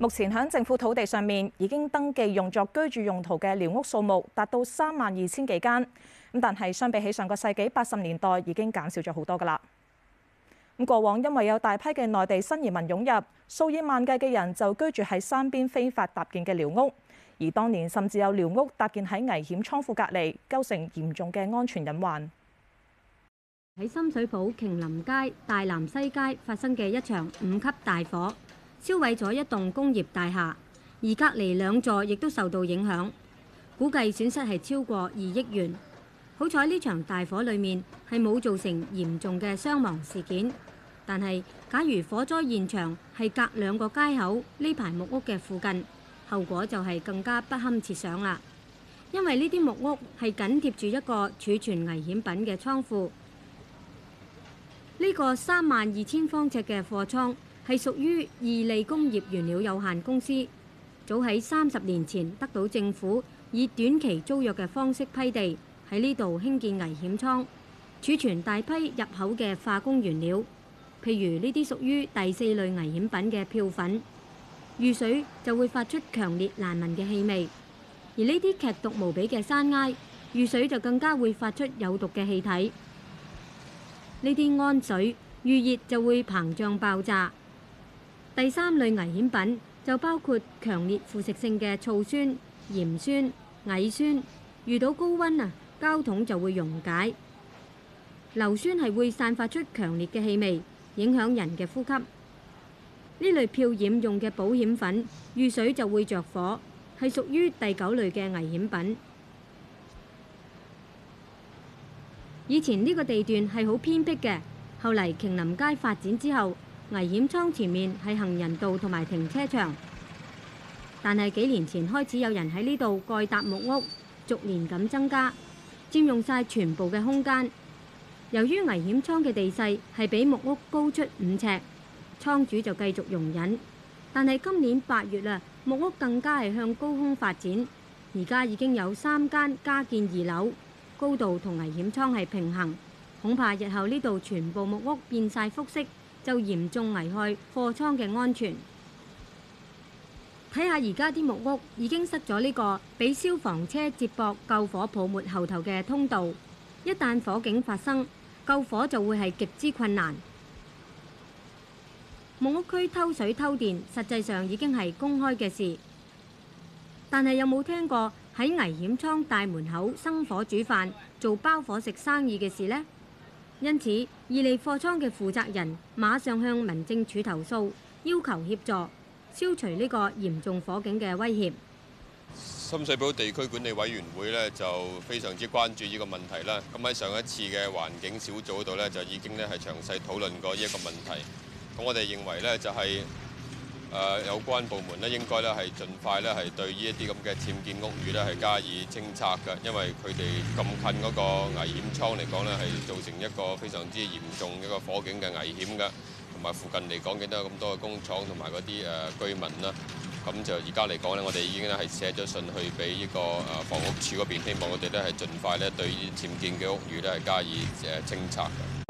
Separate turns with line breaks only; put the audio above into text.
目前喺政府土地上面已經登記用作居住用途嘅寮屋數目達到32000幾間，但係相比起上個世紀80年代已經減少咗好多㗎啦。過往因為有大批嘅內地新移民湧入，數以萬計嘅人就居住喺山邊非法搭建嘅寮屋，而當年甚至有寮屋搭建喺危險倉庫隔離，構成嚴重嘅安全隱患。
喺深水埗瓊林街大南西街發生嘅一場5級大火，燒毀咗一棟工業大廈，而隔離2座亦都受到影響，估計損失係超過2億元。好彩呢場大火裡面係冇造成嚴重嘅傷亡事件，但係假如火災現場係隔2個街口呢排木屋嘅附近，後果就係更加不堪設想啦。因為呢啲木屋係緊貼住一個儲存危險品嘅倉庫，呢個32000方尺嘅貨倉係屬於義利工業原料有限公司，早喺30年前得到政府以短期租約嘅方式批地，喺呢度興建危險倉，儲存大批入口嘅化工原料，譬如呢啲屬於第4類危險品嘅漂粉，遇水就會發出強烈難聞嘅氣味，而呢啲劇毒無比嘅山埃，遇水就更加會發出有毒嘅氣體。呢啲氨水遇熱就會膨脹爆炸。第3類危險品就包括強烈腐蝕性嘅醋酸、鹽酸、蟻酸，遇到高溫膠桶就會溶解。硫酸係會散發出強烈嘅氣味，影響人嘅呼吸。呢類漂染用嘅保險粉遇水就會着火，係屬於第9類嘅危險品。以前呢個地段係好偏僻嘅，後嚟瓊林街發展之後，危險倉前面係行人道同埋停車場，但係幾年前開始有人喺呢度蓋搭木屋，逐年咁增加，佔用晒全部嘅空間。由於危險倉嘅地勢係比木屋高出5尺，倉主就繼續容忍。但係今年8月木屋更加係向高空發展，而家已經有3間加建2樓，高度同危險倉係平衡。恐怕日後呢度全部木屋變晒複式，就嚴重危害貨倉嘅安全。睇下而家啲木屋已經塞咗呢個俾消防車接駁救火泡沫後頭嘅通道，一旦火警發生，救火就會係極之困難。木屋區偷水偷電實際上已經係公開嘅事，但係有冇聽過喺危險倉大門口生火煮飯做包伙食生意嘅事呢？因此，義利貨倉嘅負責人馬上向民政處投訴，要求協助消除呢個嚴重火警嘅威脅。
深水埗地區管理委員會咧就非常之關注呢個問題啦。咁喺上一次嘅環境小組嗰度咧就已經咧係詳細討論過呢一個問題。咁我哋認為咧就係有關部門咧應該咧係盡快咧係對呢一啲咁嘅僭建屋宇咧係加以清拆嘅，因為佢哋咁近嗰個危險倉嚟講咧係造成一個非常之嚴重一個火警嘅危險㗎，同埋附近嚟講見到有咁多嘅工廠同埋嗰啲居民啦。咁就而家嚟講咧，我哋已經咧係寫咗信去俾呢個房屋署嗰邊，希望我哋咧係盡快咧對呢啲僭建嘅屋宇咧係加以清拆嘅。